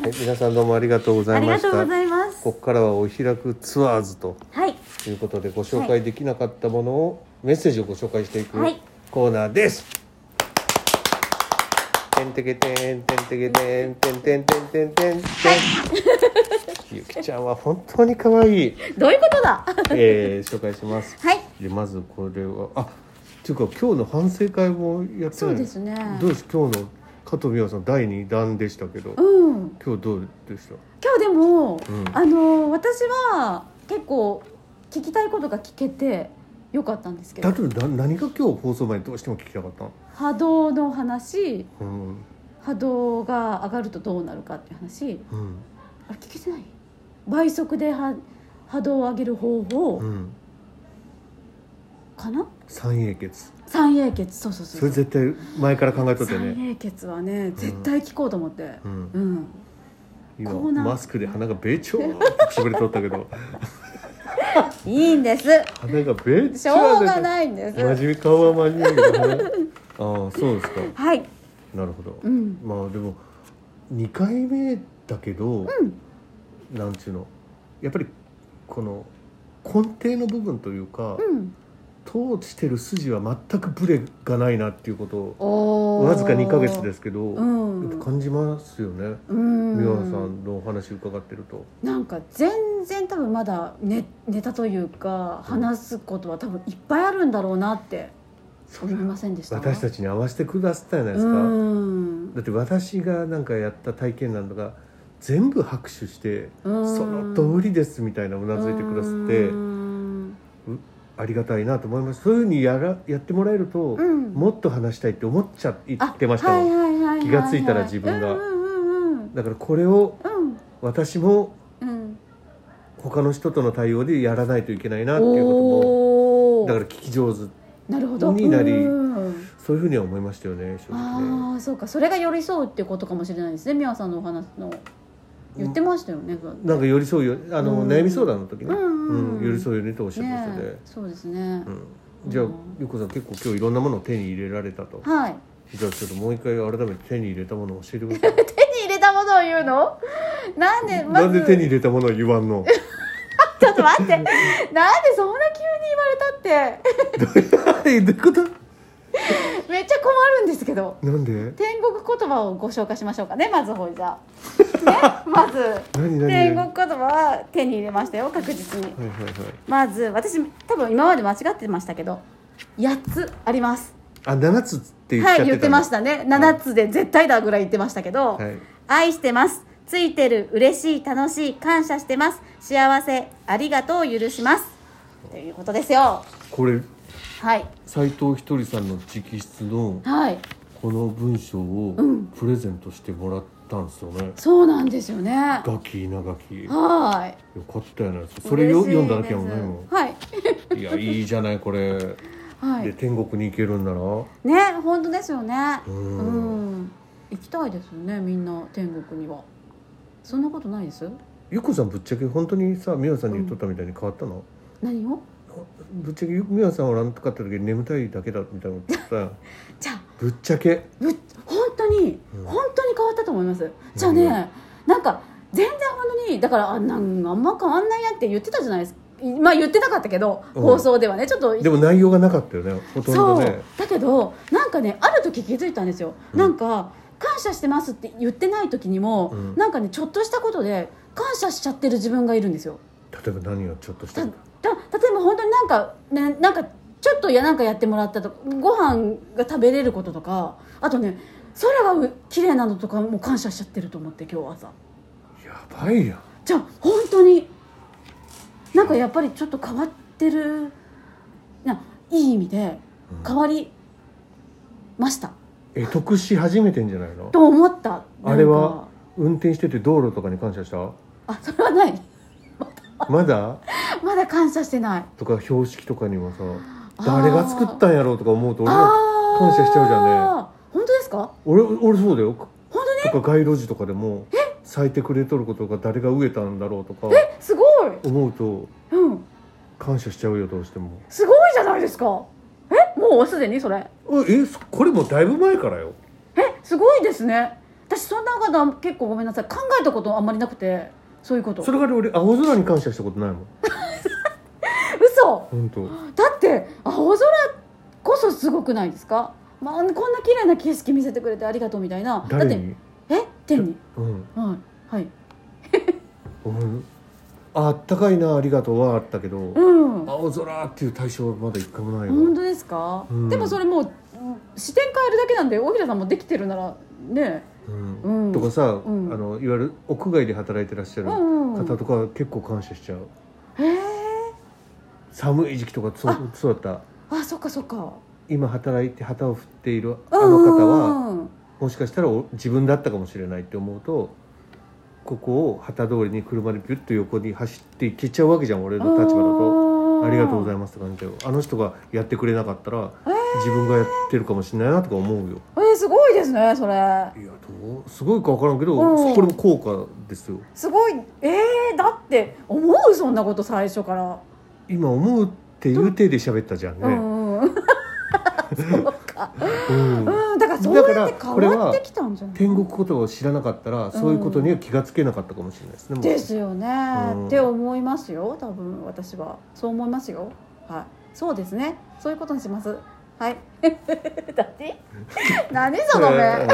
はい、皆さんどうもありがとうございました。 ありがとうございます。 ここからはお開くツアーズとはいいうことで、ご紹介できなかったものを、メッセージをご紹介していくはいコーナーです。てんてけてんてんてけてんてんてんてんてんてんてん。ゆきちゃんは本当に可愛い。 どういうことだ。 紹介します。 はい。 でまずこれはっていうか今日の反省会もやってない。 そうですね。 どうです今日の加藤美和さん第2弾でしたけど、 今日どうでした？ 日でも、 私は結構聞きたいことが聞けてよかったんですけど。 例えば何が今日放送前にどうしても聞きたかったの？ 波動の話、波動が上がるとどうなるかっていう話、あれ聞けてない？倍速で波動を上げる方法、かな？ 三英傑、 そうそれ絶対前から考えとってね。 三英傑はね絶対聞こうと思って、 今マスクで鼻がべちょーって潰れとったけどいいんです、 鼻がべちょー、 しょうがないんです。 真面目、顔は真面目だけどああそうですか。 はい、 なるほど、まあでも2回目だけど、なんちゅうの、やっぱりこの根底の部分というか、通してる筋は全くブレがないなっていうことをわずか2ヶ月ですけど、やっぱ感じますよね。美和さんのお話伺ってると、 なんか全然多分まだネタというか話すことは多分いっぱいあるんだろうなって思いませんでした？ 私たちに合わせてくださったじゃないですか。だって私がなんかやった体験談とか全部拍手してその通りですみたいなうなずいてくださってありがたいなと思います。そういうふうにやってもらえると、もっと話したいって思っちゃってましたもん。気がついたら自分が、だからこれを私も他の人との対応でやらないといけないなっていうことも、だから聞き上手になり、そういうふうには思いましたよね。 そうか、それが寄り添うっていうことかもしれないですね。美和さんのお話の言ってましたよね。 なんか寄り添うよ、悩み相談の時ね、寄り添うようにとおっしゃってましたね。 そうですね。 じゃあゆこさん結構今日いろんなものを手に入れられたと。はい。じゃあちょっともう一回改めて手に入れたものを教えてください。 手に入れたものを言うの？なんで手に入れたものを言わんの？ちょっと待って、なんでそんな急に言われたって。 どういうこと？ めっちゃ困るんですけど。 なんで？ 天国言葉をご紹介しましょうかね。まずじゃあ、ね、まず天国言葉は手に入れましたよ、確実に。まず私多分今まで間違ってましたけど8つあります。 7つって言ってましたね。7つで絶対だぐらい言ってましたけど、愛してます、ついてる、嬉しい、楽しい、感謝してます、幸せ、ありがとう、許しますということですよ。 これ斉藤ひとりさんの直筆のこの文章をプレゼントしてもらったんですよね。 そうなんですよね。 稲垣よかったよね。それ読んだだけはないもん。いやいいじゃないこれ。で天国に行けるんならね、本当ですよね。行きたいですよね、みんな天国には。そんなことないです？ ゆこさんぶっちゃけ本当にさ、美和さんに言っとったみたいに変わったの？ 何を？ ぶっちゃけ美和さんはなんとかって時に眠たいだけだみたいなことさじゃあぶっちゃけ本当に変わったと思います。じゃあね、なんか全然本当にだからあんま変わんないやって言ってたじゃないですか。まあ言ってなかったけど、放送ではねちょっとでも内容がなかったよね、ほとんどね。 だけどなんかね、ある時気づいたんですよ。なんか感謝してますって言ってない時にも、なんかねちょっとしたことで感謝しちゃってる自分がいるんですよ。 例えば何をちょっとした例えば本当になんかちょっとなんかやってもらったとか、ご飯が食べれることとか、あとね空が綺麗なのとかも感謝しちゃってると思って、今日朝やばいやん。 じゃあ本当になんかやっぱりちょっと変わってる、いい意味で変わりました。 得し始めてんじゃないのと思った。 あれは運転してて道路とかに感謝した？ それはないまだ感謝してないとか、標識とかにもさ誰が作ったんやろうとか思うと俺は感謝しちゃうじゃんね。 本当ですか？ 俺そうだよ。 本当に？ とか街路樹とかでも咲いてくれとることが誰が植えたんだろうとかすごい思うと感謝しちゃうよ、どうしても。 すごいじゃないですか。もうすでにそれこれもだいぶ前からよ。 すごいですね。 私そんなこと結構ごめんなさい考えたことあんまりなくて、そういうこと。 それから俺青空に感謝したことないもん嘘。 本当だって青空こそすごくないですか、まあ、こんな綺麗な景色見せてくれてありがとうみたいな。 誰に？ だって天に、 うんはい、 あったかいなありがとうはあったけど、青空っていう対象はまだ一回もないわ。 本当ですか、でもそれもう視点変えるだけなんで、大平さんもできてるならね、 とかさ、いわゆる屋外で働いてらっしゃる方とかは結構感謝しちゃう。寒い時期とかそうだった。 そっかそっか。 今働いて旗を振っているあの方は、もしかしたら自分だったかもしれないって思うと、ここを旗通りに車でピュッと横に走っていけちゃうわけじゃん、俺の立場だと。ありがとうございますって感じだよ。あの人がやってくれなかったら、自分がやってるかもしれないなとか思うよ。 すごいですねそれ。いやすごいか分からんけど、これも効果ですよ。 すごい。だって思う、そんなこと最初から。 今思うっていう体で喋ったじゃんね。 そうか。だからそうやって変わってきたんじゃない。 天国言葉を知らなかったら、そういうことには気がつけなかったかもしれないですね。 ですよね、って思いますよ。多分私はそう思いますよ。はい、そうですね。そういうことにします。はい。何その目。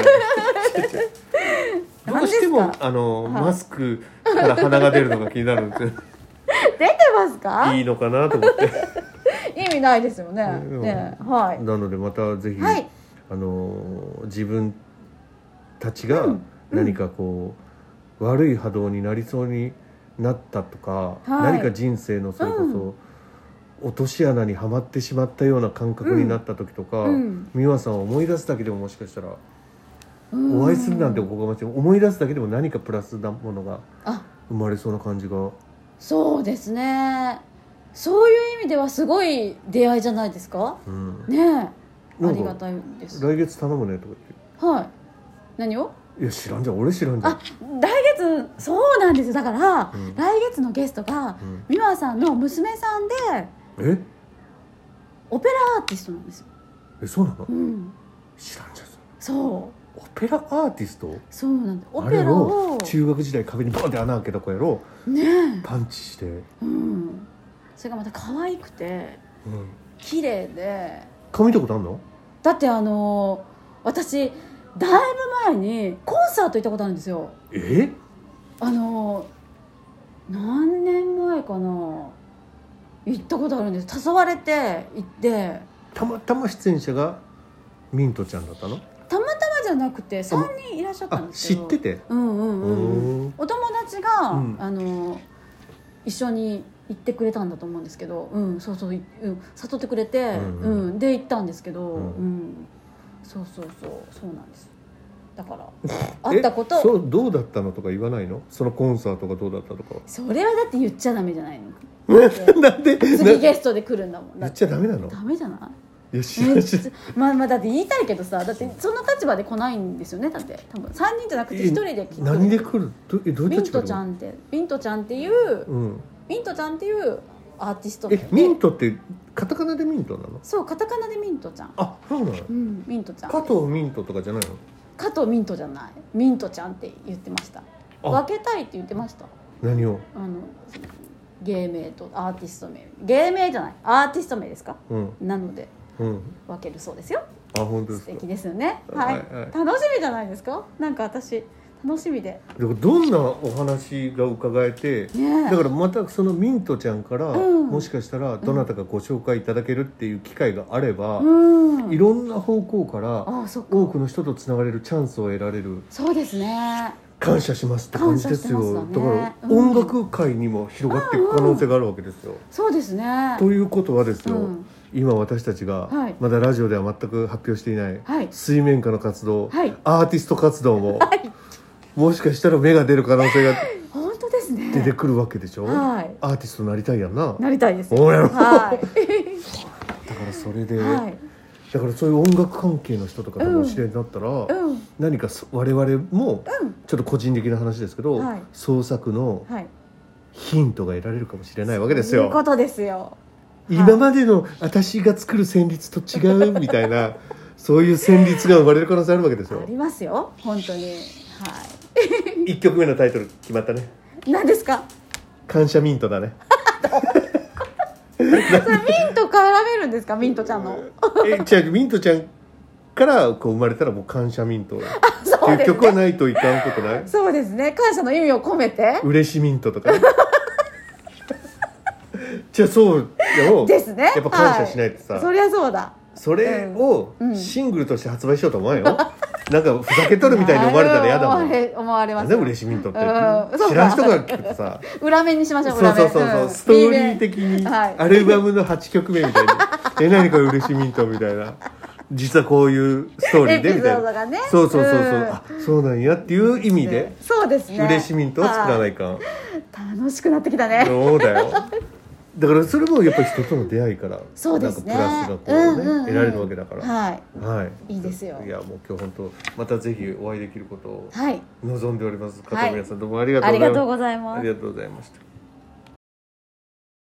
どうしてもマスクから鼻が出るのが気になるんですよ。 出てますか？ いいのかなと思って。 意味ないですよね。はい。 なのでまたぜひ、自分たちが何かこう、悪い波動になりそうになったとか、何か人生のそれこそ、落とし穴にはまってしまったような感覚になった時とか、美和さんを思い出すだけでも、もしかしたらお会いするなんておこがましい、思い出すだけでも何かプラスなものが生まれそうな感じが。 そうですね。そういう意味ではすごい出会いじゃないですか。ねえ、ありがたいです。 来月頼むねとか言って。はい。何を？ いや知らんじゃん、俺知らんじゃん。 来月、そうなんです。だから、来月のゲストが美和さんの娘さんで、オペラアーティストなんですよ。 そうなの？知らんじゃん。 そう。 オペラアーティスト？ そうなんだ。オペラを中学時代壁にボンって穴開けた子やろ。パンチして。 それがまた可愛くて、綺麗で。 顔見たことあるの？ だって私だいぶ前にコンサート行ったことあるんですよ。何年前かな、行ったことあるんです。誘われて行って。 たまたま出演者がミントちゃんだったの？ たまたまじゃなくて3人いらっしゃったんですけど。 知ってて？お友達が、一緒に行ってくれたんだと思うんですけど、そうそう、誘ってくれて、で行ったんですけど、そうなんです。だから会ったこと。 どうだったのとか言わないの？そのコンサートがどうだったとか。 それはだって言っちゃダメじゃないの？なんで次ゲストで来るんだもん。 言っちゃダメなの？ ダメじゃない？ まあだって言いたいけどさ、だってその立場で来ないんですよね。だって多分3人じゃなくて1人で来る。 何で来る？ ミントちゃんっていうミントちゃんっていうアーティスト名で。 ミントってカタカナでミントなの？そう、 カタカナでミントちゃん。 そうなの？ ミントちゃん。 加藤ミントとかじゃないの？ 加藤ミントじゃない、ミントちゃんって言ってました。分けたいって言ってました。 何を？ 芸名とアーティスト名。芸名じゃない、アーティスト名ですか？なので分けるそうですよ。 本当ですか？ 素敵ですよね。はい、楽しみじゃないですか。なんか私楽しみで。 どんなお話が伺えて、だからまたそのミントちゃんから、もしかしたらどなたかご紹介いただけるっていう機会があれば、いろんな方向から多くの人とつながれるチャンスを得られる。 そうですね。 感謝しますって感じですよ。だから音楽界にも広がっていく可能性があるわけですよ。 そうですね。 ということはですよ、今私たちがまだラジオでは全く発表していない水面下の活動、アーティスト活動ももしかしたら芽が出る可能性が本当ですね、 出てくるわけでしょ。アーティストになりたいやんな。 なりたいです。 だからそれで、だからそういう音楽関係の人とかとお知り合いになったら、何か我々もちょっと個人的な話ですけど、創作のヒントが得られるかもしれないわけですよ。 そういうことですよ。 今までの私が作る旋律と違うみたいなそういう旋律が生まれる可能性あるわけでしょ。 ありますよ本当に。はい 1曲目のタイトル決まったね。 何ですか？ 感謝ミントだね。 それミント絡めるんですか？ミントちゃんの違う、ミントちゃんからこう生まれたらもう感謝ミントっていう曲はないといかんことない？ そうですね、感謝の意味を込めて嬉しミントとかね。じゃあそうよですね。 やっぱ感謝しないとさ、 そりゃそうだ。 それをシングルとして発売しようと思わんよ。なんかふざけとるみたいに思われたら嫌だもん。 思われます。 なんで嬉しミントって知らん人が聞くとさ、 裏面にしましょう。 そうストーリー的にアルバムの8曲目みたいに何これ嬉しミントみたいな、実はこういうストーリーでみたいな、そうあ、そうなんやっていう意味で、 そうですね、 嬉しミントを作らないかん。 楽しくなってきたね。 そうだよ。だからそれもやっぱり人との出会いから、 そうですね、 なんかプラスがこうね、得られるわけだから、 いいですよ。 いやもう今日本当またぜひお会いできることを望んでおります。加藤宮さん、どうもありがとうございました。 ありがとうございます。 ありがとうございました。